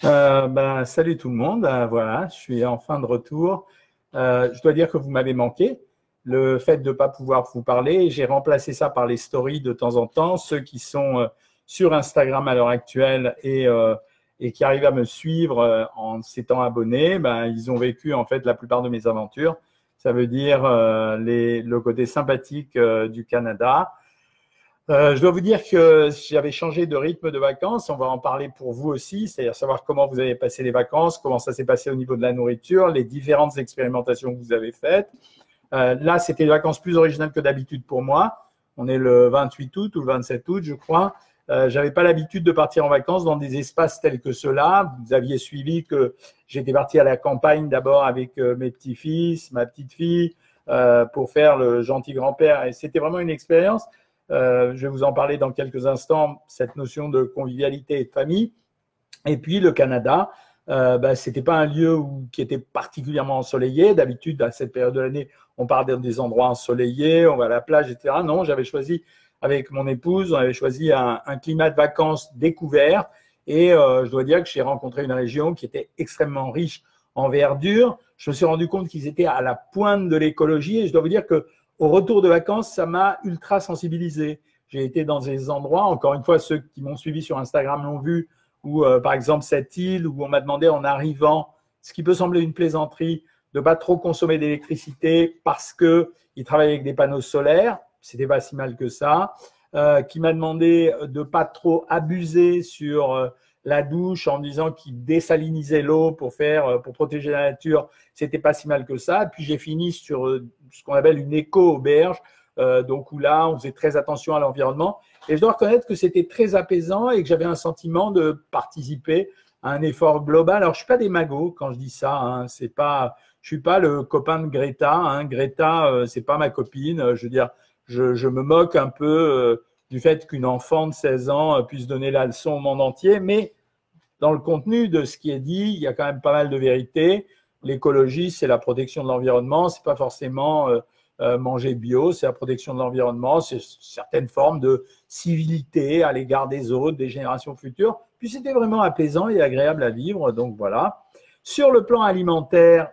Salut tout le monde. Voilà, je suis enfin de retour. Je dois dire que vous m'avez manqué. Le fait de ne pas pouvoir vous parler, j'ai remplacé ça par les stories de temps en temps. Ceux qui sont sur Instagram à l'heure actuelle et qui arrivent à me suivre en s'étant abonnés, ils ont vécu en fait la plupart de mes aventures. Ça veut dire le côté sympathique du Canada. Je dois vous dire que j'avais changé de rythme de vacances. On va en parler pour vous aussi, c'est-à-dire savoir comment vous avez passé les vacances, comment ça s'est passé au niveau de la nourriture, les différentes expérimentations que vous avez faites. Là, c'était des vacances plus originales que d'habitude pour moi. On est le 28 août ou le 27 août, je crois. J'avais pas l'habitude de partir en vacances dans des espaces tels que ceux-là. Vous aviez suivi que j'étais parti à la campagne d'abord avec mes petits-fils, ma petite-fille, pour faire le gentil grand-père. Et c'était vraiment une expérience. Je vais vous en parler dans quelques instants, cette notion de convivialité et de famille. Et puis le Canada, c'était pas un lieu qui était particulièrement ensoleillé. D'habitude, à cette période de l'année, on part dans des endroits ensoleillés, on va à la plage, etc. Non, j'avais choisi avec mon épouse, on avait choisi un climat de vacances découvert. Et je dois dire que j'ai rencontré une région qui était extrêmement riche en verdure. Je me suis rendu compte qu'ils étaient à la pointe de l'écologie. Et je dois vous dire que au retour de vacances, ça m'a ultra sensibilisé. J'ai été dans des endroits, encore une fois, ceux qui m'ont suivi sur Instagram l'ont vu, où par exemple cette île où on m'a demandé en arrivant, ce qui peut sembler une plaisanterie, de ne pas trop consommer d'électricité parce qu'ils travaillent avec des panneaux solaires, c'était pas si mal que ça, qui m'a demandé de ne pas trop abuser sur la douche en me disant qu'il désalinissait l'eau pour protéger la nature, c'était pas si mal que ça. Puis j'ai fini sur ce qu'on appelle une éco-auberge, donc où là, on faisait très attention à l'environnement. Et je dois reconnaître que c'était très apaisant et que j'avais un sentiment de participer à un effort global. Alors, je suis pas démago quand je dis ça. Hein. C'est pas, je suis pas le copain de Greta. Hein. Greta, c'est pas ma copine. Je veux dire, je me moque un peu du fait qu'une enfant de 16 ans puisse donner la leçon au monde entier. Mais dans le contenu de ce qui est dit, il y a quand même pas mal de vérité. L'écologie, c'est la protection de l'environnement. C'est pas forcément manger bio, c'est la protection de l'environnement, c'est certaines formes de civilité à l'égard des autres, des générations futures. Puis c'était vraiment apaisant et agréable à vivre, donc voilà. Sur le plan alimentaire,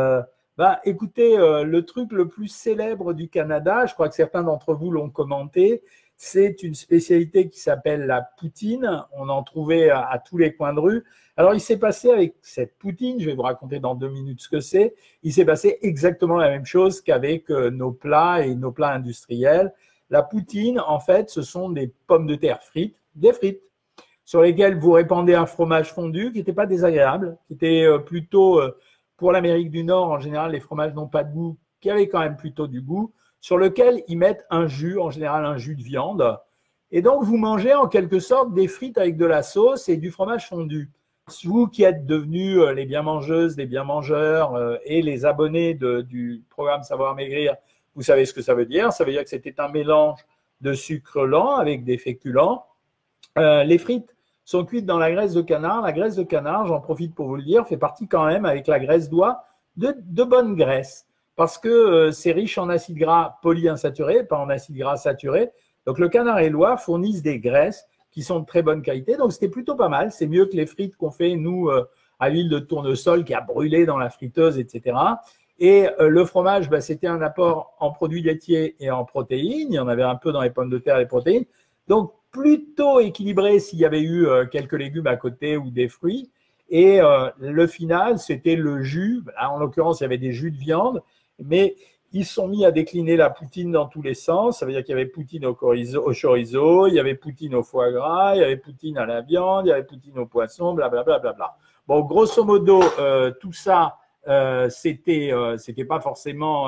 écoutez, le truc le plus célèbre du Canada, je crois que certains d'entre vous l'ont commenté, c'est une spécialité qui s'appelle la poutine. On en trouvait à tous les coins de rue. Alors, il s'est passé avec cette poutine, je vais vous raconter dans 2 minutes ce que c'est, il s'est passé exactement la même chose qu'avec nos plats et nos plats industriels. La poutine, en fait, ce sont des pommes de terre frites, des frites, sur lesquelles vous répandez un fromage fondu qui n'était pas désagréable, qui était plutôt, pour l'Amérique du Nord, en général, les fromages n'ont pas de goût, qui avaient quand même plutôt du goût, sur lequel ils mettent un jus, en général un jus de viande. Et donc, vous mangez en quelque sorte des frites avec de la sauce et du fromage fondu. Vous qui êtes devenus les bien mangeuses, les bien mangeurs et les abonnés du programme Savoir Maigrir, vous savez ce que ça veut dire. Ça veut dire que c'était un mélange de sucre lent avec des féculents. Les frites sont cuites dans la graisse de canard. La graisse de canard, j'en profite pour vous le dire, fait partie quand même avec la graisse d'oie de bonne graisse parce que c'est riche en acides gras polyinsaturés, pas en acides gras saturés. Donc le canard et l'oie fournissent des graisses qui sont de très bonne qualité. Donc, c'était plutôt pas mal. C'est mieux que les frites qu'on fait, nous, à l'huile de tournesol qui a brûlé dans la friteuse, etc. Et le fromage, c'était un apport en produits laitiers et en protéines. Il y en avait un peu dans les pommes de terre et les protéines. Donc, plutôt équilibré s'il y avait eu quelques légumes à côté ou des fruits. Et le final, c'était le jus. Là, en l'occurrence, il y avait des jus de viande, mais ils se sont mis à décliner la poutine dans tous les sens. Ça veut dire qu'il y avait poutine au chorizo, il y avait poutine au foie gras, il y avait poutine à la viande, il y avait poutine au poisson, blablabla. Bla, bla, bla. Bon, grosso modo, tout ça, c'était pas forcément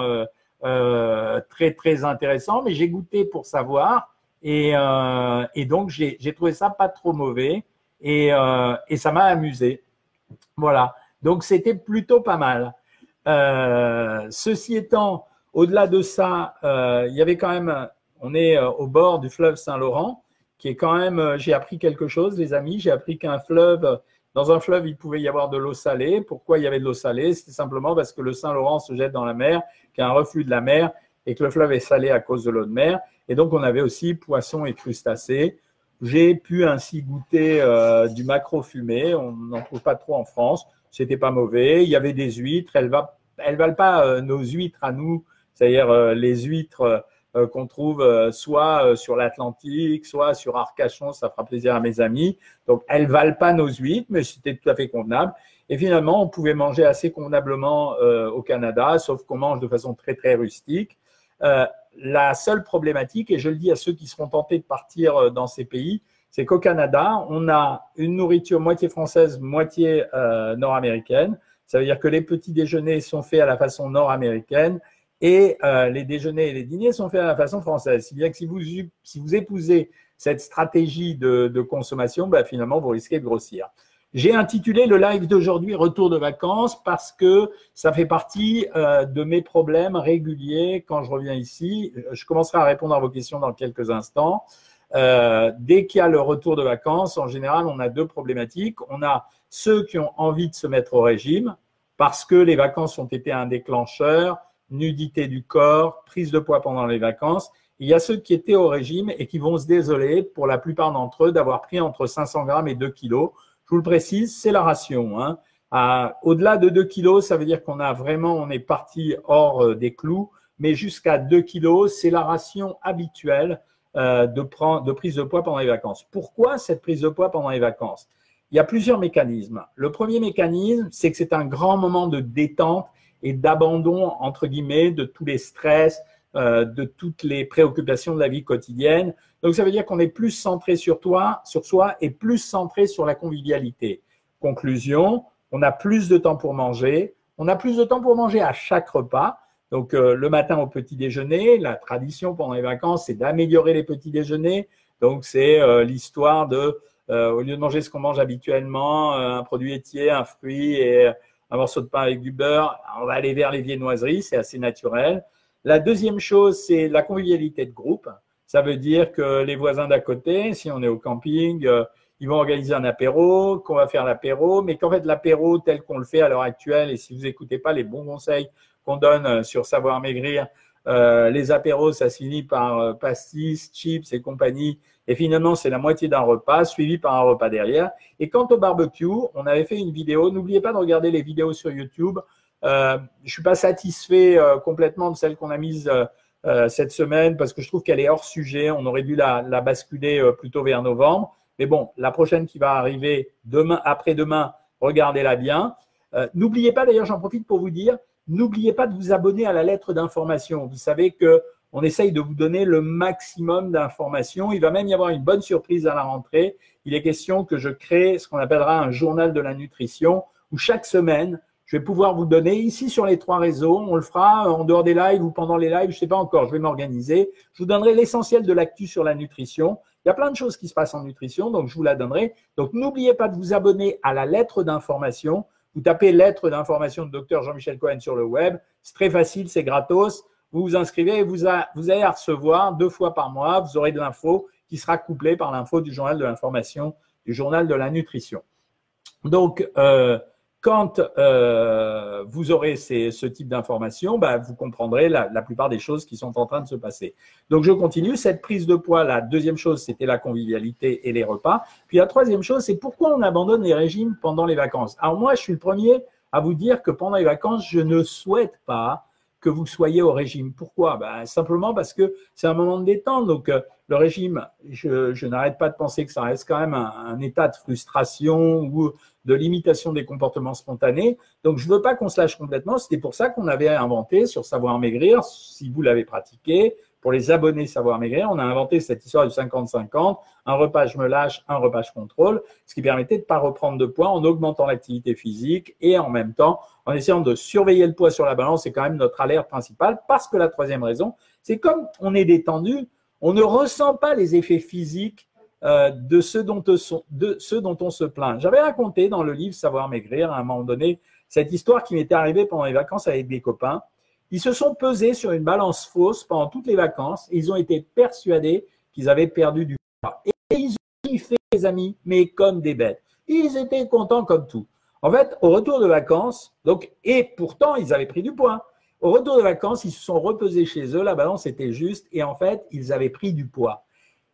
très, très intéressant, mais j'ai goûté pour savoir. Et donc, j'ai trouvé ça pas trop mauvais et ça m'a amusé. Voilà. Donc, c'était plutôt pas mal. Ceci étant, au-delà de ça, il y avait quand même, on est au bord du fleuve Saint-Laurent, qui est quand même, j'ai appris quelque chose, les amis, j'ai appris qu'un fleuve, dans un fleuve, il pouvait y avoir de l'eau salée. Pourquoi il y avait de l'eau salée? C'était simplement parce que le Saint-Laurent se jette dans la mer, qu'il y a un reflux de la mer et que le fleuve est salé à cause de l'eau de mer. Et donc, on avait aussi poissons et crustacés. J'ai pu ainsi goûter du maquereau fumé. On n'en trouve pas trop en France. C'était pas mauvais. Il y avait des huîtres. Elles valent pas nos huîtres à nous, c'est-à-dire les huîtres qu'on trouve soit sur l'Atlantique, soit sur Arcachon. Ça fera plaisir à mes amis. Donc, elles valent pas nos huîtres, mais c'était tout à fait convenable. Et finalement, on pouvait manger assez convenablement au Canada, sauf qu'on mange de façon très, très rustique. La seule problématique, et je le dis à ceux qui seront tentés de partir dans ces pays, c'est qu'au Canada, on a une nourriture moitié française, moitié nord-américaine. Ça veut dire que les petits déjeuners sont faits à la façon nord-américaine et les déjeuners et les dîners sont faits à la façon française. Si bien que si vous épousez cette stratégie de consommation, ben, finalement, vous risquez de grossir. J'ai intitulé le live d'aujourd'hui « Retour de vacances » parce que ça fait partie de mes problèmes réguliers quand je reviens ici. Je commencerai à répondre à vos questions dans quelques instants. Dès qu'il y a le retour de vacances, en général, on a deux problématiques. On a ceux qui ont envie de se mettre au régime parce que les vacances ont été un déclencheur, nudité du corps, prise de poids pendant les vacances. Il y a ceux qui étaient au régime et qui vont se désoler, pour la plupart d'entre eux, d'avoir pris entre 500 grammes et 2 kilos. Je vous le précise, c'est la ration. Au-delà de 2 kilos, ça veut dire qu'on est parti hors des clous, mais jusqu'à 2 kilos, c'est la ration habituelle de prise de poids pendant les vacances. Pourquoi cette prise de poids pendant les vacances? Il y a plusieurs mécanismes. Le premier mécanisme, c'est que c'est un grand moment de détente et d'abandon, entre guillemets, de tous les stress, de toutes les préoccupations de la vie quotidienne. Donc, ça veut dire qu'on est plus centré sur soi et plus centré sur la convivialité. Conclusion, on a plus de temps pour manger. On a plus de temps pour manger à chaque repas. Donc, le matin au petit déjeuner, la tradition pendant les vacances, c'est d'améliorer les petits déjeuners. Donc, c'est l'histoire de, au lieu de manger ce qu'on mange habituellement, un produit laitier, un fruit et un morceau de pain avec du beurre, on va aller vers les viennoiseries, c'est assez naturel. La deuxième chose, c'est la convivialité de groupe. Ça veut dire que les voisins d'à côté, si on est au camping, ils vont organiser un apéro, qu'on va faire l'apéro, mais qu'en fait, l'apéro tel qu'on le fait à l'heure actuelle, et si vous n'écoutez pas les bons conseils qu'on donne sur Savoir Maigrir, les apéros, ça se finit par pastis, chips et compagnie, et finalement, c'est la moitié d'un repas, suivi par un repas derrière. Et quant au barbecue, on avait fait une vidéo. N'oubliez pas de regarder les vidéos sur YouTube. Je suis pas satisfait complètement de celle qu'on a mise cette semaine parce que je trouve qu'elle est hors sujet. On aurait dû la basculer plutôt vers novembre. Mais bon, la prochaine qui va arriver demain, après-demain, regardez-la bien. N'oubliez pas, d'ailleurs, j'en profite pour vous dire, n'oubliez pas de vous abonner à la lettre d'information. Vous savez qu'on essaye de vous donner le maximum d'informations. Il va même y avoir une bonne surprise à la rentrée. Il est question que je crée ce qu'on appellera un journal de la nutrition où chaque semaine, je vais pouvoir vous donner ici sur les 3 réseaux. On le fera en dehors des lives ou pendant les lives, je ne sais pas encore, je vais m'organiser. Je vous donnerai l'essentiel de l'actu sur la nutrition. Il y a plein de choses qui se passent en nutrition, donc je vous la donnerai. Donc, n'oubliez pas de vous abonner à la lettre d'information. Vous tapez lettre d'information de Dr Jean-Michel Cohen sur le web. C'est très facile, c'est gratos. Vous vous inscrivez et vous allez à recevoir 2 fois par mois. Vous aurez de l'info qui sera couplée par l'info du journal de l'information, du journal de la nutrition. Donc, quand vous aurez ce type d'informations, vous comprendrez la plupart des choses qui sont en train de se passer. Donc, je continue. Cette prise de poids, la deuxième chose, c'était la convivialité et les repas. Puis, la troisième chose, c'est pourquoi on abandonne les régimes pendant les vacances. Alors, moi, je suis le premier à vous dire que pendant les vacances, je ne souhaite pas que vous soyez au régime. Pourquoi? Simplement parce que c'est un moment de détente. Donc, le régime, je n'arrête pas de penser que ça reste quand même un état de frustration ou de limitation des comportements spontanés. Donc, je ne veux pas qu'on se lâche complètement. C'était pour ça qu'on avait inventé sur Savoir Maigrir, si vous l'avez pratiqué, pour les abonnés Savoir Maigrir, on a inventé cette histoire du 50-50, un repas je me lâche, un repas je contrôle, ce qui permettait de ne pas reprendre de poids en augmentant l'activité physique et en même temps en essayant de surveiller le poids sur la balance. C'est quand même notre alerte principale parce que la troisième raison, c'est comme on est détendu, on ne ressent pas les effets physiques de ceux dont on se plaint. J'avais raconté dans le livre Savoir Maigrir à un moment donné cette histoire qui m'était arrivée pendant les vacances avec des copains. Ils se sont pesés sur une balance fausse pendant toutes les vacances et ils ont été persuadés qu'ils avaient perdu du poids. Et ils ont fait, les amis, mais comme des bêtes. Ils étaient contents comme tout. En fait, au retour de vacances, et pourtant, ils avaient pris du poids. Au retour de vacances, ils se sont repesés chez eux, la balance était juste et en fait, ils avaient pris du poids.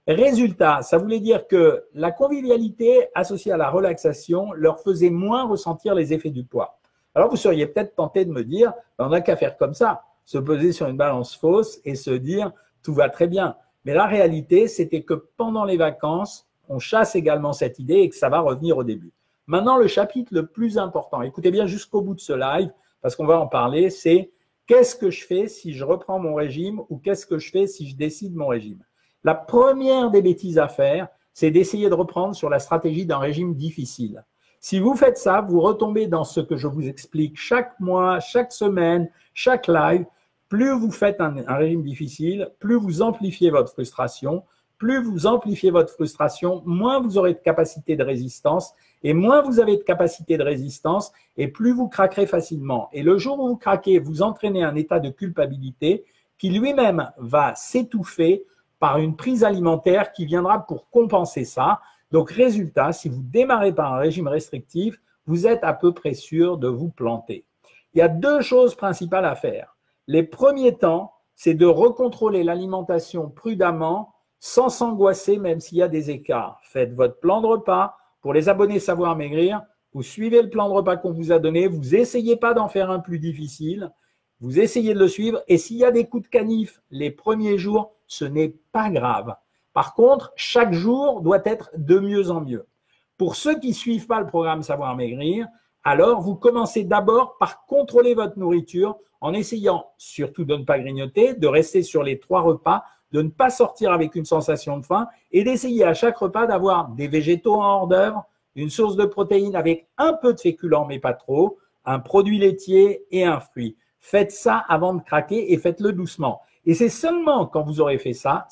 Résultat, ça voulait dire que la convivialité associée à la relaxation leur faisait moins ressentir les effets du poids. Alors, vous seriez peut-être tenté de me dire, on n'a qu'à faire comme ça, se peser sur une balance fausse et se dire, tout va très bien. Mais la réalité, c'était que pendant les vacances, on chasse également cette idée et que ça va revenir au début. Maintenant, le chapitre le plus important, écoutez bien jusqu'au bout de ce live, parce qu'on va en parler, c'est qu'est-ce que je fais si je reprends mon régime ou qu'est-ce que je fais si je décide mon régime. La première des bêtises à faire, c'est d'essayer de reprendre sur la stratégie d'un régime difficile. Si vous faites ça, vous retombez dans ce que je vous explique chaque mois, chaque semaine, chaque live. Plus vous faites un régime difficile, plus vous amplifiez votre frustration. Plus vous amplifiez votre frustration, moins vous aurez de capacité de résistance. Et moins vous avez de capacité de résistance, et plus vous craquerez facilement. Et le jour où vous craquez, vous entraînez un état de culpabilité qui lui-même va s'étouffer par une prise alimentaire qui viendra pour compenser ça. Donc, résultat, si vous démarrez par un régime restrictif, vous êtes à peu près sûr de vous planter. Il y a deux choses principales à faire. Les premiers temps, c'est de recontrôler l'alimentation prudemment, sans s'angoisser même s'il y a des écarts. Faites votre plan de repas. Pour les abonnés Savoir Maigrir, vous suivez le plan de repas qu'on vous a donné, vous n'essayez pas d'en faire un plus difficile, vous essayez de le suivre et s'il y a des coups de canif les premiers jours, ce n'est pas grave. Par contre, chaque jour doit être de mieux en mieux. Pour ceux qui ne suivent pas le programme Savoir Maigrir, alors vous commencez d'abord par contrôler votre nourriture en essayant surtout de ne pas grignoter, de rester sur les 3 repas, de ne pas sortir avec une sensation de faim et d'essayer à chaque repas d'avoir des végétaux en hors d'œuvre, une source de protéines avec un peu de féculents mais pas trop, un produit laitier et un fruit. Faites ça avant de craquer et faites-le doucement. Et c'est seulement quand vous aurez fait ça,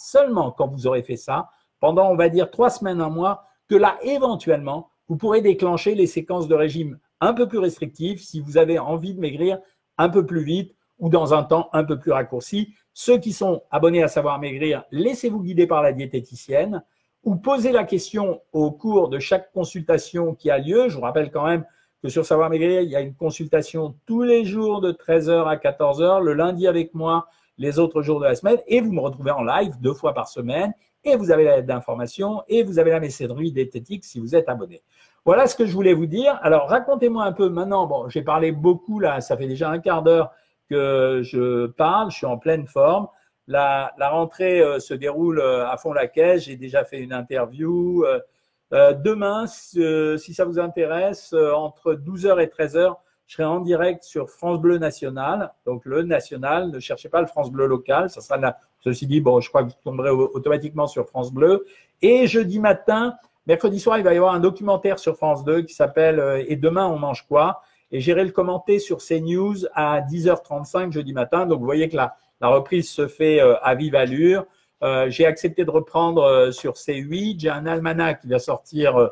pendant on va dire 3 semaines, un mois, que là éventuellement vous pourrez déclencher les séquences de régime un peu plus restrictives si vous avez envie de maigrir un peu plus vite ou dans un temps un peu plus raccourci. Ceux qui sont abonnés à Savoir Maigrir, laissez-vous guider par la diététicienne ou posez la question au cours de chaque consultation qui a lieu. Je vous rappelle quand même que sur Savoir Maigrir, il y a une consultation tous les jours de 13 h à 14 h, le lundi avec moi, les autres jours de la semaine, et vous me retrouvez en live 2 fois par semaine, et vous avez la lettre d'information, et vous avez la messagerie diététique si vous êtes abonné. Voilà ce que je voulais vous dire. Alors, racontez-moi un peu maintenant, bon, j'ai parlé beaucoup là, ça fait déjà un quart d'heure que je parle, je suis en pleine forme. La rentrée se déroule à fond la caisse, j'ai déjà fait une interview. Demain, si ça vous intéresse, entre 12 h et 13 h, je serai en direct sur France Bleu National. Donc, le national, ne cherchez pas le France Bleu local. Ça sera là. Ceci dit, bon, je crois que vous tomberez automatiquement sur France Bleu. Et jeudi matin, mercredi soir, il va y avoir un documentaire sur France 2 qui s'appelle « Et demain, on mange quoi ?» Et j'irai le commenter sur CNews à 10 h 35 jeudi matin. Donc, vous voyez que la reprise se fait à vive allure. J'ai accepté de reprendre sur C8. J'ai un almanach qui va sortir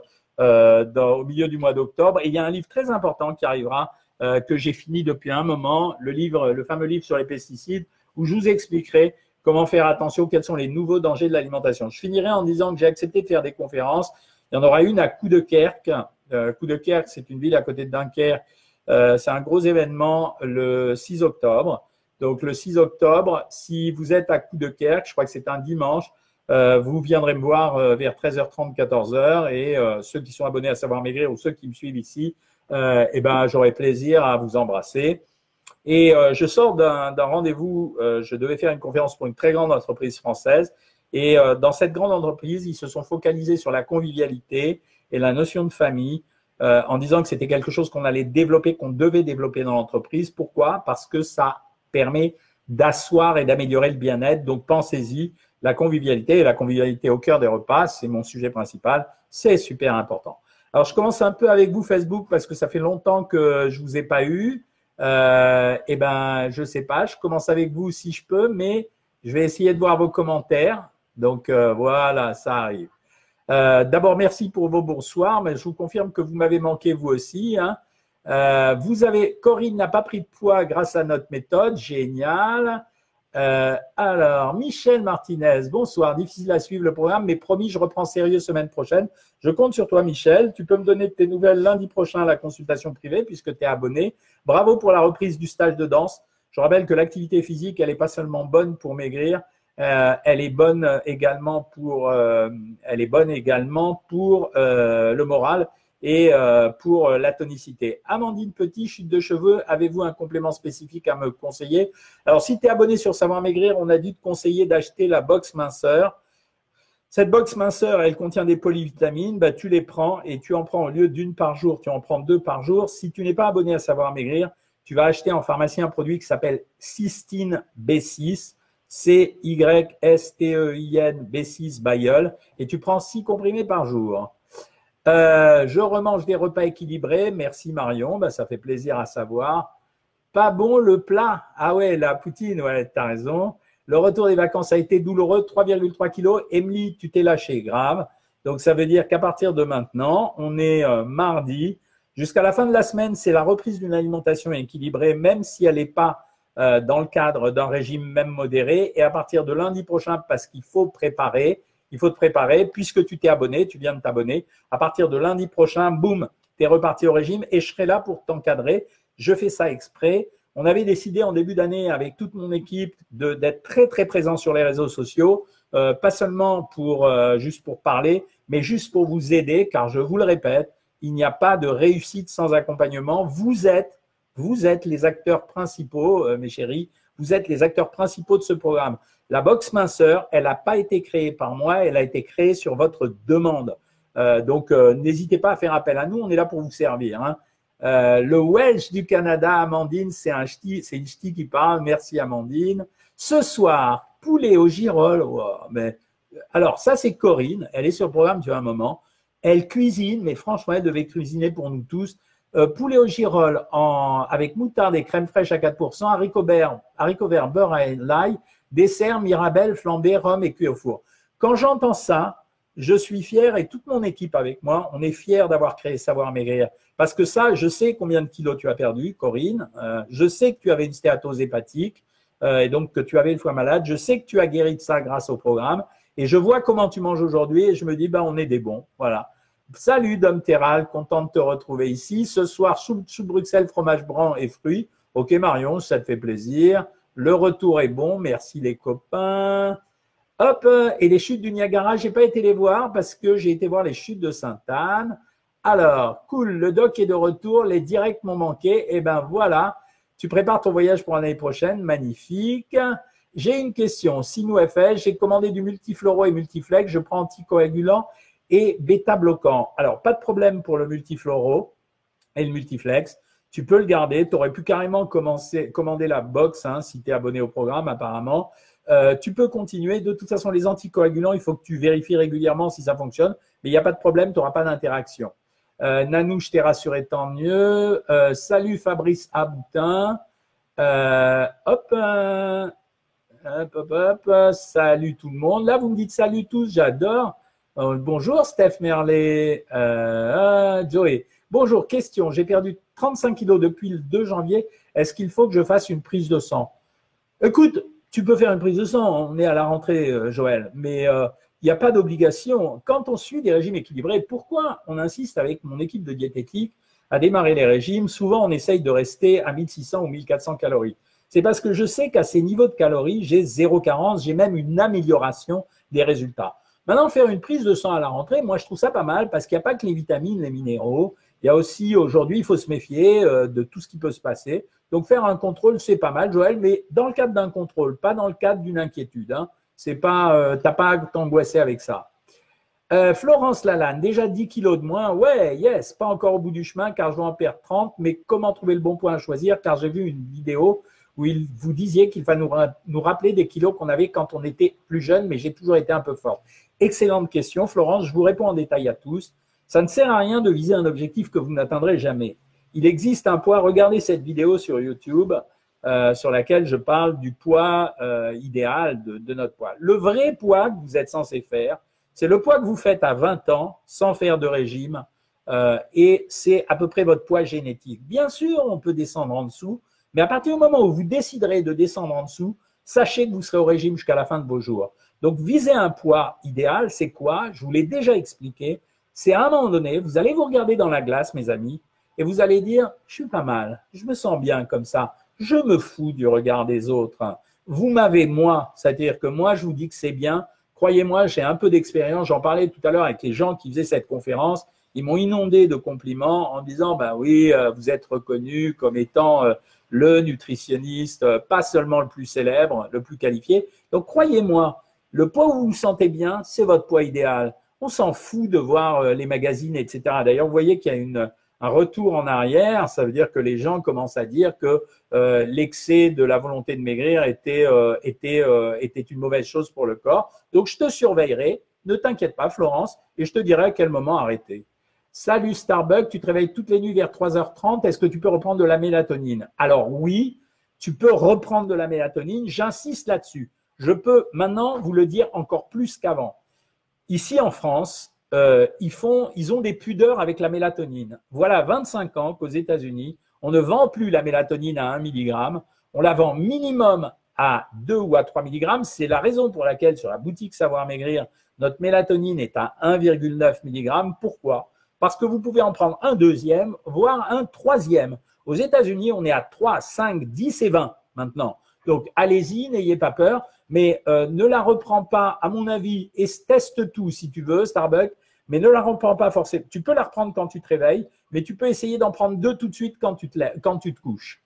au milieu du mois d'octobre. Et il y a un livre très important qui arrivera que j'ai fini depuis un moment, le fameux livre sur les pesticides, où je vous expliquerai comment faire attention, quels sont les nouveaux dangers de l'alimentation. Je finirai en disant que j'ai accepté de faire des conférences. Il y en aura une à Coudekerque. Coudekerque, c'est une ville à côté de Dunkerque. C'est un gros événement le 6 octobre. Donc, le 6 octobre, si vous êtes à Coudekerque, je crois que c'est un dimanche, vous viendrez me voir vers 13 h 30, 14 h. Et ceux qui sont abonnés à Savoir Maigrir ou ceux qui me suivent ici, eh ben, j'aurai plaisir à vous embrasser. Et je sors d'un rendez-vous, je devais faire une conférence pour une très grande entreprise française. Et dans cette grande entreprise, ils se sont focalisés sur la convivialité et la notion de famille en disant que c'était quelque chose qu'on allait développer, qu'on devait développer dans l'entreprise. Pourquoi? Parce que ça permet d'asseoir et d'améliorer le bien-être. Donc, pensez-y, la convivialité au cœur des repas, c'est mon sujet principal, c'est super important. Alors, je commence un peu avec vous, Facebook, parce que ça fait longtemps que je vous ai pas eu. Eh ben, je sais pas, je commence avec vous si je peux, mais je vais essayer de voir vos commentaires. Donc, voilà, ça arrive. D'abord, merci pour vos bonsoirs, mais je vous confirme que vous m'avez manqué vous aussi, hein. Corinne n'a pas pris de poids grâce à notre méthode, génial. Alors, Michel Martinez, bonsoir, difficile à suivre le programme, mais promis, je reprends sérieux semaine prochaine. Je compte sur toi, Michel. Tu peux me donner de tes nouvelles lundi prochain à la consultation privée puisque tu es abonné. Bravo pour la reprise du stage de danse. Je rappelle que l'activité physique, elle n'est pas seulement bonne pour maigrir, Elle est bonne également pour, le moral et pour la tonicité. Amandine Petit, chute de cheveux, avez-vous un complément spécifique à me conseiller? Alors, si tu es abonné sur Savoir Maigrir, on a dû te conseiller d'acheter la box minceur. Cette box minceur, elle contient des polyvitamines, bah, tu les prends et tu en prends au lieu d'une par jour, tu en prends 2 par jour. Si tu n'es pas abonné à Savoir Maigrir, tu vas acheter en pharmacie un produit qui s'appelle Cystine B6, C-Y-S-T-E-I-N B6 Biol, et tu prends 6 comprimés par jour. Je remange des repas équilibrés, merci Marion, bah, ça fait plaisir à savoir. Pas bon le plat, ah ouais, la poutine, ouais, tu as raison. Le retour des vacances a été douloureux, 3,3 kilos. Emily, tu t'es lâché, grave. Donc, ça veut dire qu'à partir de maintenant, on est mardi. Jusqu'à la fin de la semaine, c'est la reprise d'une alimentation équilibrée, même si elle n'est pas dans le cadre d'un régime même modéré. Et à partir de lundi prochain, parce qu'il faut te préparer, puisque tu t'es abonné, tu viens de t'abonner. À partir de lundi prochain, boum, tu es reparti au régime et je serai là pour t'encadrer. Je fais ça exprès. On avait décidé en début d'année avec toute mon équipe d'être très très présent sur les réseaux sociaux, pas seulement juste pour parler, mais juste pour vous aider, car je vous le répète, il n'y a pas de réussite sans accompagnement. Vous êtes les acteurs principaux, mes chéris, vous êtes les acteurs principaux de ce programme. La box minceur, elle n'a pas été créée par moi, elle a été créée sur votre demande. Donc, n'hésitez pas à faire appel à nous, on est là pour vous servir, hein. Le Welsh du Canada, Amandine, c'est une ch'ti qui parle. Merci Amandine. Ce soir, poulet aux girolles. Wow, mais, alors, ça, c'est Corinne. Elle est sur le programme depuis un moment. Elle cuisine, mais franchement, elle devait cuisiner pour nous tous. Poulet aux girolles avec moutarde et crème fraîche à 4%, haricots verts, beurre et l'ail, dessert, mirabelle, flambé, rhum et cuit au four. Quand j'entends ça, je suis fier et toute mon équipe avec moi, on est fiers d'avoir créé Savoir Maigrir. Parce que ça, je sais combien de kilos tu as perdu, Corinne. Je sais que tu avais une stéatose hépatique et donc que tu avais le foie malade. Je sais que tu as guéri de ça grâce au programme. Et je vois comment tu manges aujourd'hui et je me dis, on est des bons. Voilà. Salut, Dom Terral, content de te retrouver ici. Ce soir, sous Bruxelles, fromage blanc et fruits. Ok, Marion, ça te fait plaisir. Le retour est bon. Merci les copains. Hop, et les chutes du Niagara, je n'ai pas été les voir parce que j'ai été voir les chutes de Sainte-Anne. Alors, cool, le doc est de retour, les directs m'ont manqué. Et ben voilà, tu prépares ton voyage pour l'année prochaine, magnifique. J'ai une question, Sinou FS, j'ai commandé du multifloro et multiflex, je prends anticoagulant et bêta-bloquant. Alors, pas de problème pour le multifloro et le multiflex. Tu peux le garder, tu aurais pu carrément commander la box si tu es abonné au programme apparemment. Tu peux continuer. De toute façon, les anticoagulants, il faut que tu vérifies régulièrement si ça fonctionne, mais il n'y a pas de problème, tu n'auras pas d'interaction. Nanou, je t'ai rassuré, tant mieux. Salut Fabrice Aboutin. Hop, salut tout le monde. Là, vous me dites salut tous, j'adore. Bonjour Steph Merlet. Joey. Bonjour, question. J'ai perdu 35 kilos depuis le 2 janvier. Est-ce qu'il faut que je fasse une prise de sang? Écoute, tu peux faire une prise de sang, on est à la rentrée, Joël, mais il n'y a pas d'obligation. Quand on suit des régimes équilibrés, pourquoi on insiste avec mon équipe de diététique à démarrer les régimes? Souvent, on essaye de rester à 1600 ou 1400 calories. C'est parce que je sais qu'à ces niveaux de calories, j'ai 0 carence, j'ai même une amélioration des résultats. Maintenant, faire une prise de sang à la rentrée, moi, je trouve ça pas mal parce qu'il n'y a pas que les vitamines, les minéraux. Il y a aussi, aujourd'hui, il faut se méfier de tout ce qui peut se passer. Donc, faire un contrôle, c'est pas mal, Joël, mais dans le cadre d'un contrôle, pas dans le cadre d'une inquiétude. C'est pas, t'as pas à t'angoisser avec ça. Florence Lalanne, déjà 10 kilos de moins. Ouais, yes, pas encore au bout du chemin car je dois en perdre 30. Mais comment trouver le bon point à choisir? Car j'ai vu une vidéo où vous disiez qu'il fallait nous rappeler des kilos qu'on avait quand on était plus jeune, mais j'ai toujours été un peu forte. Excellente question, Florence. Je vous réponds en détail à tous. Ça ne sert à rien de viser un objectif que vous n'atteindrez jamais. Il existe un poids. Regardez cette vidéo sur YouTube sur laquelle je parle du poids idéal de notre poids. Le vrai poids que vous êtes censé faire, c'est le poids que vous faites à 20 ans sans faire de régime et c'est à peu près votre poids génétique. Bien sûr, on peut descendre en dessous, mais à partir du moment où vous déciderez de descendre en dessous, sachez que vous serez au régime jusqu'à la fin de vos jours. Donc, viser un poids idéal, c'est quoi? Je vous l'ai déjà expliqué. C'est à un moment donné, vous allez vous regarder dans la glace, mes amis, et vous allez dire, je suis pas mal, je me sens bien comme ça, je me fous du regard des autres. Vous m'avez, moi, c'est-à-dire que moi, je vous dis que c'est bien. Croyez-moi, j'ai un peu d'expérience. J'en parlais tout à l'heure avec les gens qui faisaient cette conférence. Ils m'ont inondé de compliments en disant, ben oui, vous êtes reconnu comme étant le nutritionniste, pas seulement le plus célèbre, le plus qualifié. Donc, croyez-moi, le poids où vous vous sentez bien, c'est votre poids idéal. On s'en fout de voir les magazines, etc. D'ailleurs, vous voyez qu'il y a un retour en arrière. Ça veut dire que les gens commencent à dire que l'excès de la volonté de maigrir était une mauvaise chose pour le corps. Donc, je te surveillerai. Ne t'inquiète pas, Florence, et je te dirai à quel moment arrêter. Salut Starbucks, tu te réveilles toutes les nuits vers 3h30. Est-ce que tu peux reprendre de la mélatonine? Alors oui, tu peux reprendre de la mélatonine. J'insiste là-dessus. Je peux maintenant vous le dire encore plus qu'avant. Ici en France, ils ont des pudeurs avec la mélatonine. Voilà 25 ans qu'aux États-Unis, on ne vend plus la mélatonine à 1 mg. On la vend minimum à 2 ou à 3 mg. C'est la raison pour laquelle sur la boutique Savoir Maigrir, notre mélatonine est à 1,9 mg. Pourquoi? Parce que vous pouvez en prendre un deuxième, voire un troisième. Aux États-Unis, on est à 3, 5, 10 et 20 maintenant. Donc, allez-y, n'ayez pas peur, mais ne la reprends pas, à mon avis, et teste tout si tu veux, Starbucks, mais ne la reprends pas forcément. Tu peux la reprendre quand tu te réveilles, mais tu peux essayer d'en prendre 2 tout de suite quand tu te couches.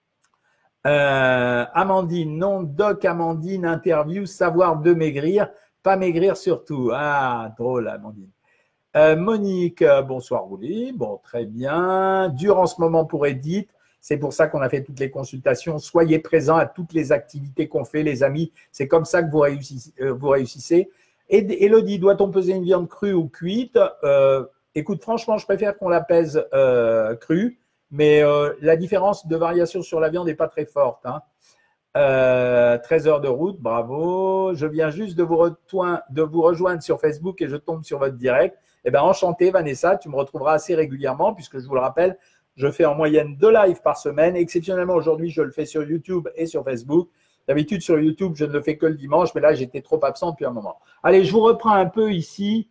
Amandine, non, Doc Amandine, interview, savoir de maigrir, pas maigrir surtout. Ah, drôle, Amandine. Monique, bonsoir Rouli. Bon, très bien. Dur en ce moment pour Edith. C'est pour ça qu'on a fait toutes les consultations. Soyez présents à toutes les activités qu'on fait, les amis. C'est comme ça que vous réussissez. Élodie, doit-on peser une viande crue ou cuite? Écoute, franchement, je préfère qu'on la pèse crue, mais la différence de variation sur la viande n'est pas très forte. 13 heures de route, bravo. Je viens juste de vous rejoindre sur Facebook et je tombe sur votre direct. Eh bien, enchanté, Vanessa. Tu me retrouveras assez régulièrement puisque je vous le rappelle, je fais en moyenne 2 lives par semaine. Exceptionnellement, aujourd'hui, je le fais sur YouTube et sur Facebook. D'habitude, sur YouTube, je ne le fais que le dimanche, mais là, j'étais trop absent depuis un moment. Allez, je vous reprends un peu ici.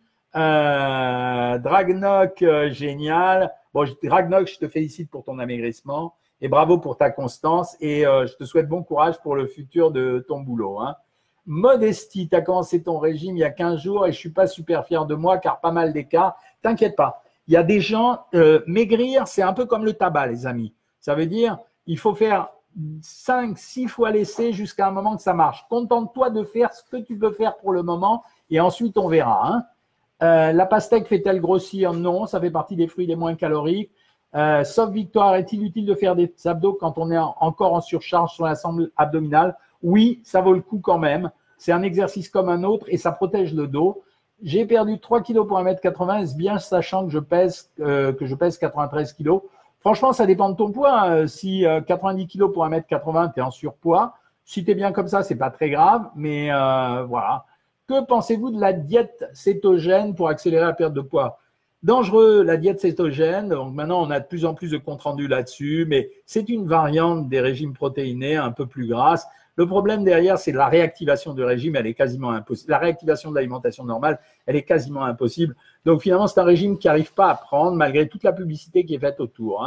Dragnoc, génial. Bon, Dragnoc, je te félicite pour ton amaigrissement et bravo pour ta constance et je te souhaite bon courage pour le futur de ton boulot. Modestie, tu as commencé ton régime il y a 15 jours et je ne suis pas super fier de moi car pas mal d'écart. T'inquiète pas. Il y a des gens, maigrir, c'est un peu comme le tabac, les amis. Ça veut dire, il faut faire 5, 6 fois l'essai jusqu'à un moment que ça marche. Contente-toi de faire ce que tu peux faire pour le moment et ensuite on verra. La pastèque fait-elle grossir? Non, ça fait partie des fruits les moins caloriques. Sauf Victoire, est-il utile de faire des abdos quand on est encore en surcharge sur l'ensemble abdominal? Oui, ça vaut le coup quand même. C'est un exercice comme un autre et ça protège le dos. J'ai perdu 3 kilos pour 1m80, bien sachant que je pèse 93 kilos. Franchement, ça dépend de ton poids. Si 90 kilos pour 1m80, tu es en surpoids. Si tu es bien comme ça, c'est pas très grave. Mais voilà. Que pensez-vous de la diète cétogène pour accélérer la perte de poids? Dangereux, la diète cétogène. Donc maintenant, on a de plus en plus de comptes rendus là-dessus, mais c'est une variante des régimes protéinés un peu plus grasses. Le problème derrière, c'est la réactivation du régime, elle est quasiment impossible. La réactivation de l'alimentation normale, elle est quasiment impossible. Donc finalement, c'est un régime qui n'arrive pas à prendre malgré toute la publicité qui est faite autour.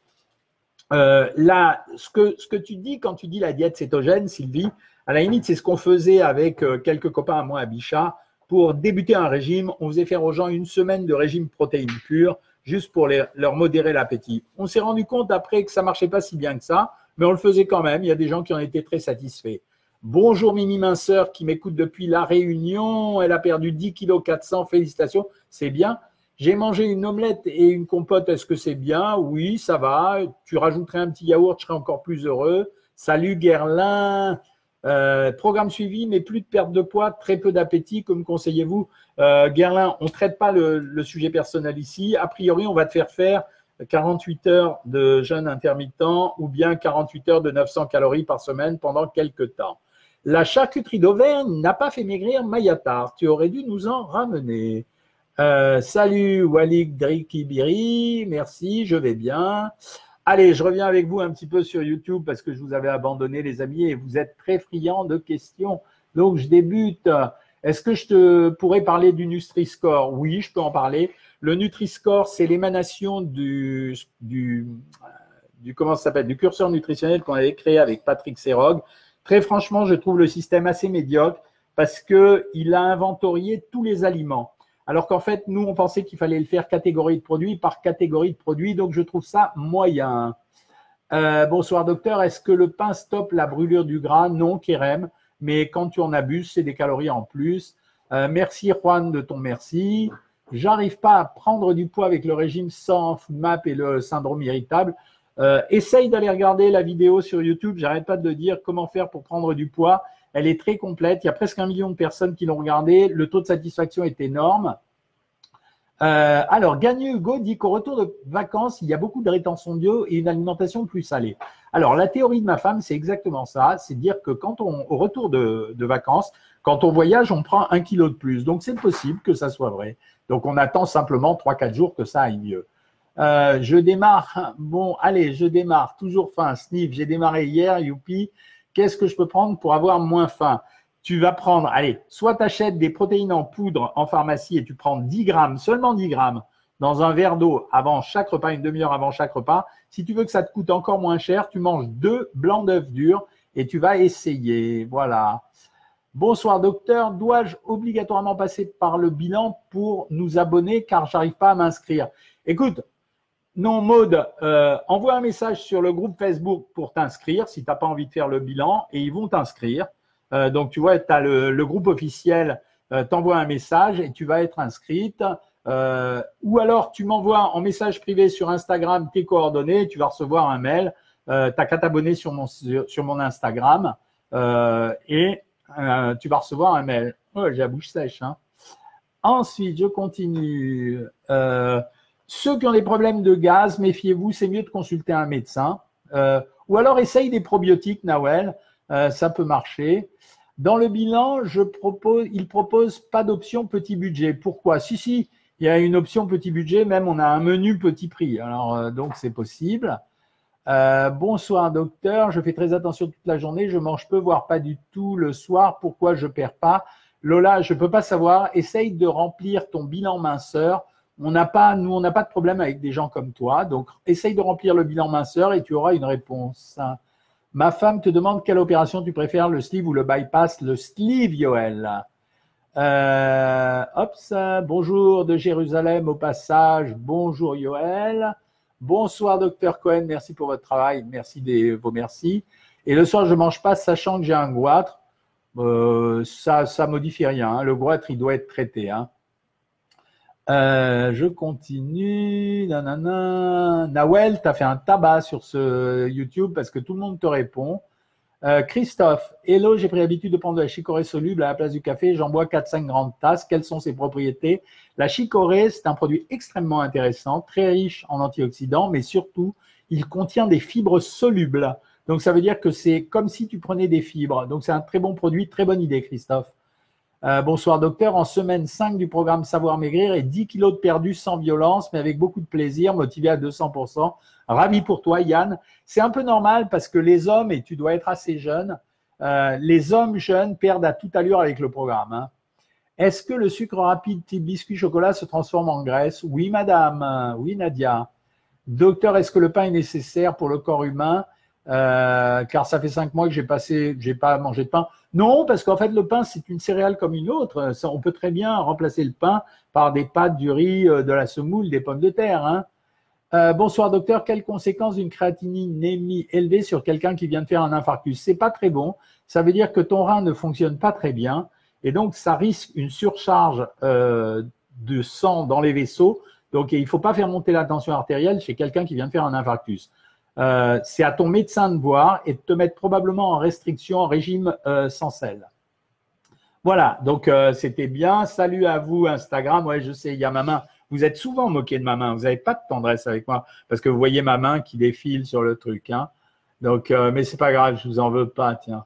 Là, ce que tu dis quand tu dis la diète cétogène, Sylvie, à la limite, c'est ce qu'on faisait avec quelques copains à moi à Bichat. Pour débuter un régime, on faisait faire aux gens une semaine de régime protéines pures, juste pour leur modérer l'appétit. On s'est rendu compte après que ça ne marchait pas si bien que ça, mais on le faisait quand même. Il y a des gens qui en étaient très satisfaits. Bonjour Mimi Minceur qui m'écoute depuis La Réunion. Elle a perdu 10 kg 400. Félicitations, c'est bien. J'ai mangé une omelette et une compote. Est-ce que c'est bien? Oui, ça va. Tu rajouterais un petit yaourt, je serais encore plus heureux. Salut Guerlain. Programme suivi, mais plus de perte de poids, très peu d'appétit. Comme conseillez-vous, Guerlain, on ne traite pas le sujet personnel ici. A priori, on va te faire 48 heures de jeûne intermittent ou bien 48 heures de 900 calories par semaine pendant quelques temps. La charcuterie d'Auvergne n'a pas fait maigrir Mayatar. Tu aurais dû nous en ramener. Salut Walik Drikibiri, merci, je vais bien. Allez, je reviens avec vous un petit peu sur YouTube parce que je vous avais abandonné, les amis, et vous êtes très friands de questions. Donc, je débute. Est-ce que je te pourrais parler du Nutri-Score? Oui, je peux en parler. Le Nutri-Score, c'est l'émanation comment ça s'appelle, du curseur nutritionnel qu'on avait créé avec Patrick Serog. Très franchement, je trouve le système assez médiocre parce qu'il a inventorié tous les aliments. Alors qu'en fait, nous, on pensait qu'il fallait le faire catégorie de produits par catégorie de produits. Donc, je trouve ça moyen. Bonsoir docteur, est-ce que le pain stoppe la brûlure du gras? Non, Kérem, mais quand tu en abuses, c'est des calories en plus. Merci Juan de ton merci. J'arrive pas à prendre du poids avec le régime sans FODMAP et le syndrome irritable. Essaye d'aller regarder la vidéo sur YouTube. J'arrête pas de le dire comment faire pour prendre du poids. Elle est très complète. Il y a presque 1 million de personnes qui l'ont regardée. Le taux de satisfaction est énorme. Alors, Gagne Hugo dit qu'au retour de vacances, il y a beaucoup de rétention d'eau et une alimentation plus salée. Alors, la théorie de ma femme, c'est exactement ça. C'est dire que au retour de vacances, quand on voyage, on prend 1 kilo de plus. Donc, c'est possible que ça soit vrai. Donc, on attend simplement 3-4 jours que ça aille mieux. Je démarre. Bon, allez, je démarre. Toujours faim. Sniff, j'ai démarré hier. Youpi. Qu'est-ce que je peux prendre pour avoir moins faim? Tu vas prendre, allez, soit tu achètes des protéines en poudre en pharmacie et tu prends 10 grammes, seulement 10 grammes, dans un verre d'eau avant chaque repas, une demi-heure avant chaque repas. Si tu veux que ça te coûte encore moins cher, tu manges 2 blancs d'œufs durs et tu vas essayer. Voilà. Bonsoir docteur, dois-je obligatoirement passer par le bilan pour nous abonner car j'arrive pas à m'inscrire? Écoute, non Maud, envoie un message sur le groupe Facebook pour t'inscrire si tu n'as pas envie de faire le bilan et ils vont t'inscrire. Donc, tu vois, tu as le groupe officiel, t'envoie un message et tu vas être inscrite. Ou alors, tu m'envoies en message privé sur Instagram tes coordonnées, tu vas recevoir un mail. Tu n'as qu'à t'abonner sur mon Instagram et tu vas recevoir un mail. Oh, j'ai la bouche sèche. Hein. Ensuite, je continue. Ceux qui ont des problèmes de gaz, méfiez-vous, c'est mieux de consulter un médecin. Ou alors, essaye des probiotiques, Nawel. Ça peut marcher. Dans le bilan, il propose pas d'option petit budget. Pourquoi? Si, il y a une option petit budget, même on a un menu petit prix. Alors, donc, c'est possible. Bonsoir, docteur. Je fais très attention toute la journée. Je mange peu, voire pas du tout le soir. Pourquoi je perds pas? Lola, je peux pas savoir. Essaye de remplir ton bilan minceur. Nous, on n'a pas de problème avec des gens comme toi. Donc, essaye de remplir le bilan minceur et tu auras une réponse. Ma femme te demande quelle opération tu préfères, le sleeve ou le bypass? Le sleeve, Yoel. Bonjour de Jérusalem au passage. Bonjour Yoel. Bonsoir docteur Cohen, merci pour votre travail. Merci vos merci. Et le soir, je ne mange pas sachant que j'ai un goitre. Ça modifie rien. Hein. Le goitre, il doit être traité. Hein. Je continue. Nanana. Nawel, tu as fait un tabac sur ce YouTube parce que tout le monde te répond. Christophe, hello, j'ai pris l'habitude de prendre de la chicorée soluble à la place du café. J'en bois 4-5 grandes tasses. Quelles sont ses propriétés? La chicorée, c'est un produit extrêmement intéressant, très riche en antioxydants, mais surtout, il contient des fibres solubles. Donc, ça veut dire que c'est comme si tu prenais des fibres. Donc, c'est un très bon produit, très bonne idée, Christophe. Bonsoir docteur, en semaine 5 du programme Savoir Maigrir et 10 kilos de perdus sans violence, mais avec beaucoup de plaisir, motivé à 200%. Ravi pour toi Yann. C'est un peu normal parce que les hommes, et tu dois être assez jeune, les hommes jeunes perdent à toute allure avec le programme. Hein. Est-ce que le sucre rapide type biscuit chocolat se transforme en graisse? Oui madame, oui Nadia. Docteur, est-ce que le pain est nécessaire pour le corps humain? Car ça fait 5 mois que j'ai pas mangé de pain. Non, parce qu'en fait, le pain, c'est une céréale comme une autre. Ça, on peut très bien remplacer le pain par des pâtes, du riz, de la semoule, des pommes de terre. Hein. Bonsoir, docteur. Quelles conséquences d'une créatinémie élevée sur quelqu'un qui vient de faire un infarctus? C'est pas très bon. Ça veut dire que ton rein ne fonctionne pas très bien. Et donc, ça risque une surcharge de sang dans les vaisseaux. Donc, il ne faut pas faire monter la tension artérielle chez quelqu'un qui vient de faire un infarctus. C'est à ton médecin de voir et de te mettre probablement en restriction, en régime sans sel. Voilà, donc c'était bien. Salut à vous Instagram. Ouais, je sais, il y a ma main. Vous êtes souvent moqué de ma main. Vous n'avez pas de tendresse avec moi parce que vous voyez ma main qui défile sur le truc. Hein. Donc, mais c'est pas grave, je vous en veux pas. Tiens.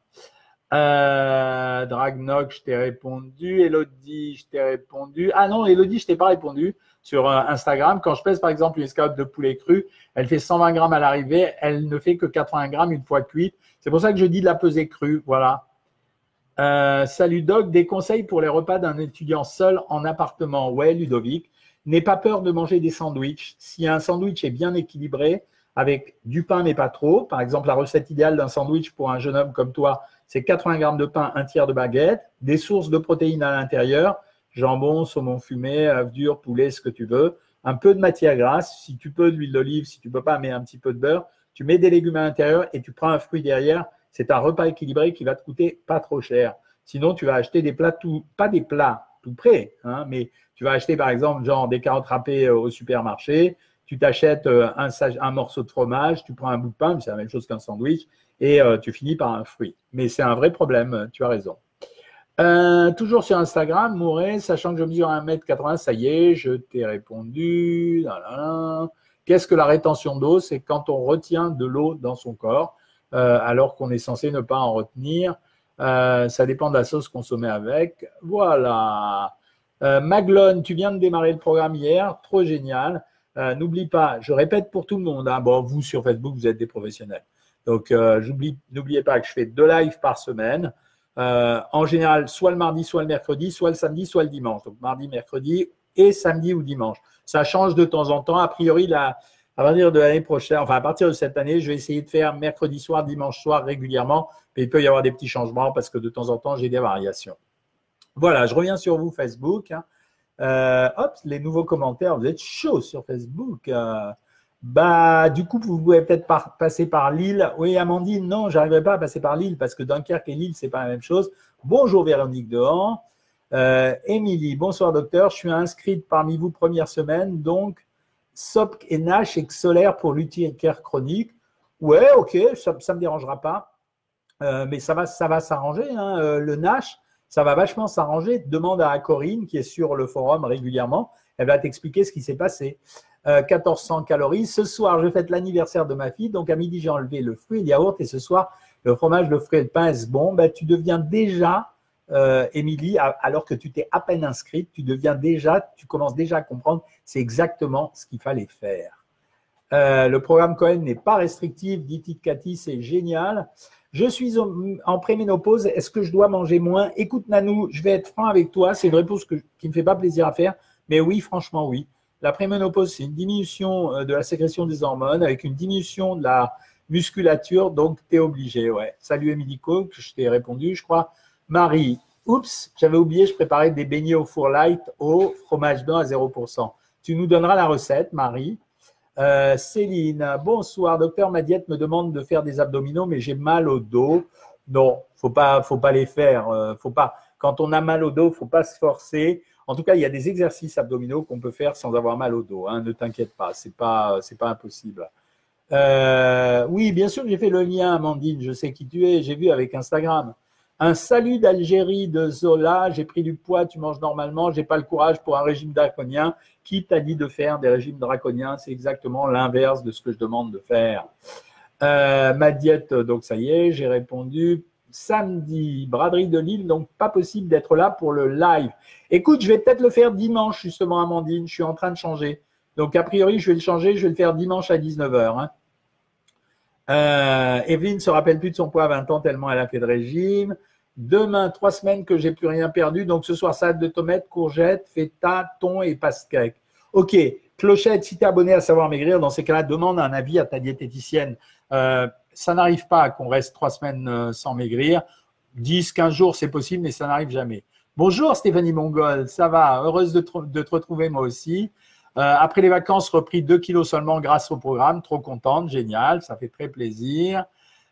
Dragnoc, je t'ai répondu. Elodie, je t'ai répondu. Ah non, Elodie, je t'ai pas répondu sur Instagram. Quand je pèse par exemple une escalope de poulet cru, elle fait 120 grammes à l'arrivée, elle ne fait que 80 grammes une fois cuite. C'est pour ça que je dis de la peser crue. Voilà. Salut Doc, des conseils pour les repas d'un étudiant seul en appartement. Ouais, Ludovic. N'aie pas peur de manger des sandwichs. Si un sandwich est bien équilibré, avec du pain, mais pas trop. Par exemple, la recette idéale d'un sandwich pour un jeune homme comme toi, c'est 80 grammes de pain, un tiers de baguette, des sources de protéines à l'intérieur, jambon, saumon fumé, œuf dur, poulet, ce que tu veux, un peu de matière grasse, si tu peux de l'huile d'olive, si tu peux pas, mets un petit peu de beurre, tu mets des légumes à l'intérieur et tu prends un fruit derrière. C'est un repas équilibré qui va te coûter pas trop cher. Sinon, tu vas acheter des plats pas des plats tout prêts, hein, mais tu vas acheter par exemple genre des carottes râpées au supermarché, tu t'achètes un morceau de fromage, tu prends un bout de pain, c'est la même chose qu'un sandwich, et tu finis par un fruit. Mais c'est un vrai problème, tu as raison. Toujours sur Instagram, Mouret, sachant que je mesure 1,80 m, ça y est, je t'ai répondu. Qu'est-ce que la rétention d'eau? C'est quand on retient de l'eau dans son corps, alors qu'on est censé ne pas en retenir. Ça dépend de la sauce consommée avec. Voilà. Maglone, tu viens de démarrer le programme hier, trop génial. N'oublie pas, je répète pour tout le monde, hein, bon, vous sur Facebook, vous êtes des professionnels. Donc, n'oubliez pas que je fais 2 lives par semaine. En général, soit le mardi, soit le mercredi, soit le samedi, soit le dimanche. Donc, mardi, mercredi et samedi ou dimanche. Ça change de temps en temps. A priori, à partir de l'année prochaine, enfin, à partir de cette année, je vais essayer de faire mercredi soir, dimanche soir régulièrement. Mais il peut y avoir des petits changements parce que de temps en temps, j'ai des variations. Voilà, je reviens sur vous, Facebook. Hop, les nouveaux commentaires, vous êtes chaud sur Facebook. Du coup, vous pouvez peut-être passer par Lille. Oui, Amandine, non, j'arriverai pas à passer par Lille parce que Dunkerque et Lille, c'est pas la même chose. Bonjour Véronique Dehan. Émilie, bonsoir docteur. Je suis inscrite parmi vous première semaine, donc SOPC et NASH et solaire pour l'urticaire chronique. Ouais, ok, ça me dérangera pas. Mais ça va s'arranger. Hein. Le NASH, ça va vachement s'arranger. Demande à Corinne, qui est sur le forum régulièrement. Elle va t'expliquer ce qui s'est passé. 1400 calories. Ce soir, je fête l'anniversaire de ma fille. Donc, à midi, j'ai enlevé le fruit et le yaourt. Et ce soir, le fromage, le fruit et le pain, est-ce bon? Tu deviens déjà, Émilie, alors que tu t'es à peine inscrite, tu commences déjà à comprendre c'est exactement ce qu'il fallait faire. Le programme Cohen n'est pas restrictif, dit Cathy, c'est génial. Je suis en préménopause, est-ce que je dois manger moins? Écoute Nanou, je vais être franc avec toi, c'est une réponse qui ne me fait pas plaisir à faire, mais oui, franchement oui. La préménopause, c'est une diminution de la sécrétion des hormones avec une diminution de la musculature, donc tu es obligé. Ouais. Salut Émilie Coq, je t'ai répondu, je crois. Marie, oups, j'avais oublié, je préparais des beignets au four light au fromage blanc à 0%. Tu nous donneras la recette, Marie. Céline, bonsoir. Docteur, ma diète me demande de faire des abdominaux, mais j'ai mal au dos. Non, faut pas les faire. Faut pas. Quand on a mal au dos, faut pas se forcer. En tout cas, il y a des exercices abdominaux qu'on peut faire sans avoir mal au dos. Hein, ne t'inquiète pas, c'est pas impossible. Oui, bien sûr que j'ai fait le lien, Amandine. Je sais qui tu es. J'ai vu avec Instagram. Un salut d'Algérie de Zola. J'ai pris du poids, tu manges normalement. J'ai pas le courage pour un régime draconien. Qui t'a dit de faire des régimes draconiens? C'est exactement l'inverse de ce que je demande de faire. Ma diète, donc ça y est, j'ai répondu. Samedi, braderie de Lille, donc pas possible d'être là pour le live. Écoute, je vais peut-être le faire dimanche, justement, Amandine. Je suis en train de changer. Donc, a priori, je vais le changer. Je vais le faire dimanche à 19h. Hein. Evelyne se rappelle plus de son poids à 20 ans tellement elle a fait de régime. Demain, 3 semaines que j'ai plus rien perdu. Donc, ce soir, salade de tomates, courgettes, feta, thon et pastèque. Ok. Clochette, si tu es abonné à Savoir Maigrir, dans ces cas-là, demande un avis à ta diététicienne. Ça n'arrive pas qu'on reste 3 semaines sans maigrir. 10, 15 jours, c'est possible, mais ça n'arrive jamais. Bonjour Stéphanie Mongol, ça va? Heureuse de te retrouver moi aussi. Après les vacances, repris 2 kilos seulement grâce au programme. Trop contente, génial, ça fait très plaisir.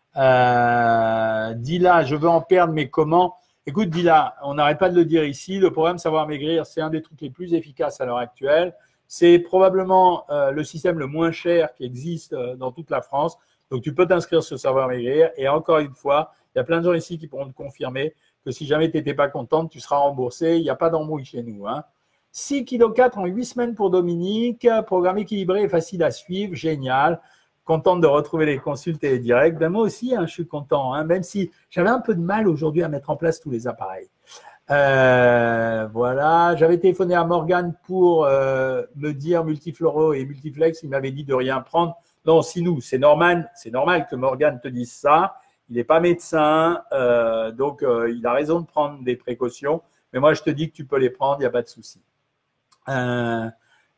Dila, je veux en perdre, mais comment? Écoute Dila, on n'arrête pas de le dire ici, le programme Savoir Maigrir, c'est un des trucs les plus efficaces à l'heure actuelle. C'est probablement le système le moins cher qui existe dans toute la France. Donc, tu peux t'inscrire sur Savoir Maigrir. Et encore une fois, il y a plein de gens ici qui pourront te confirmer que si jamais tu n'étais pas contente, tu seras remboursé. Il n'y a pas d'embrouille chez nous. Hein. 6,4 kg en 8 semaines pour Dominique. Programme équilibré et facile à suivre. Génial. Contente de retrouver les consultes et les directs. Ben moi aussi, hein, je suis content. Hein, même si j'avais un peu de mal aujourd'hui à mettre en place tous les appareils. Voilà, j'avais téléphoné à Morgane pour me dire multifloro et multiflex, il m'avait dit de rien prendre. Non, sinon, c'est normal que Morgane te dise ça. Il n'est pas médecin, donc il a raison de prendre des précautions. Mais moi, je te dis que tu peux les prendre, il n'y a pas de souci.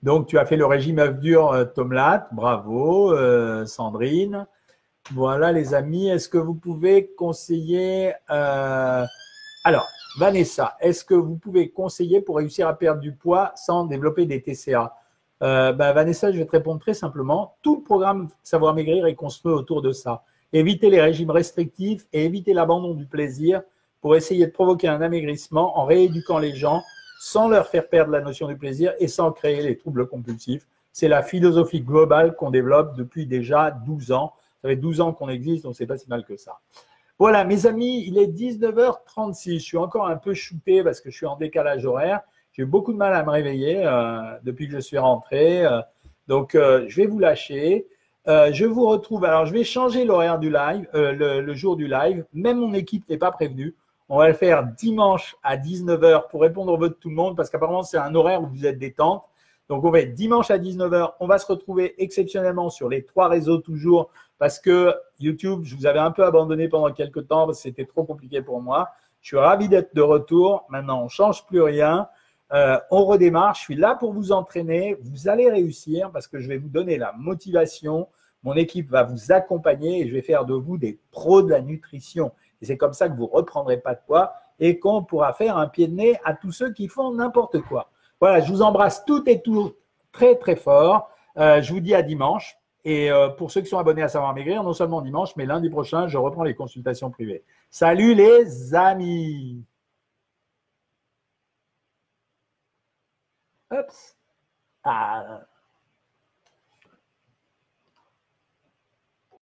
Donc, tu as fait le régime œuf dur tomate. Bravo, Sandrine. Voilà, les amis. Est-ce que vous pouvez conseiller alors, Vanessa, est-ce que vous pouvez conseiller pour réussir à perdre du poids sans développer des TCA? Vanessa, je vais te répondre très simplement. Tout le programme Savoir Maigrir est construit autour de ça. Éviter les régimes restrictifs et éviter l'abandon du plaisir pour essayer de provoquer un amaigrissement en rééduquant les gens sans leur faire perdre la notion du plaisir et sans créer les troubles compulsifs. C'est la philosophie globale qu'on développe depuis déjà 12 ans. Ça fait 12 ans qu'on existe, donc c'est pas si mal que ça. Voilà, mes amis, il est 19h36. Je suis encore un peu shooté parce que je suis en décalage horaire. J'ai eu beaucoup de mal à me réveiller depuis que je suis rentré. Donc, je vais vous lâcher. Je vous retrouve. Alors, je vais changer l'horaire du live, le jour du live. Même mon équipe n'est pas prévenue. On va le faire dimanche à 19h pour répondre aux votes de tout le monde parce qu'apparemment, c'est un horaire où vous êtes détente. Donc, on va être dimanche à 19h. On va se retrouver exceptionnellement sur les 3 réseaux toujours parce que YouTube, je vous avais un peu abandonné pendant quelques temps parce que c'était trop compliqué pour moi. Je suis ravi d'être de retour. Maintenant, on ne change plus rien. On redémarre. Je suis là pour vous entraîner. Vous allez réussir parce que je vais vous donner la motivation. Mon équipe va vous accompagner et je vais faire de vous des pros de la nutrition. Et c'est comme ça que vous ne reprendrez pas de poids et qu'on pourra faire un pied de nez à tous ceux qui font n'importe quoi. Voilà, je vous embrasse toutes et tous très, très fort. Je vous dis à dimanche. Et pour ceux qui sont abonnés à Savoir Maigrir, non seulement dimanche, mais lundi prochain, je reprends les consultations privées. Salut les amis. Hop. Ah.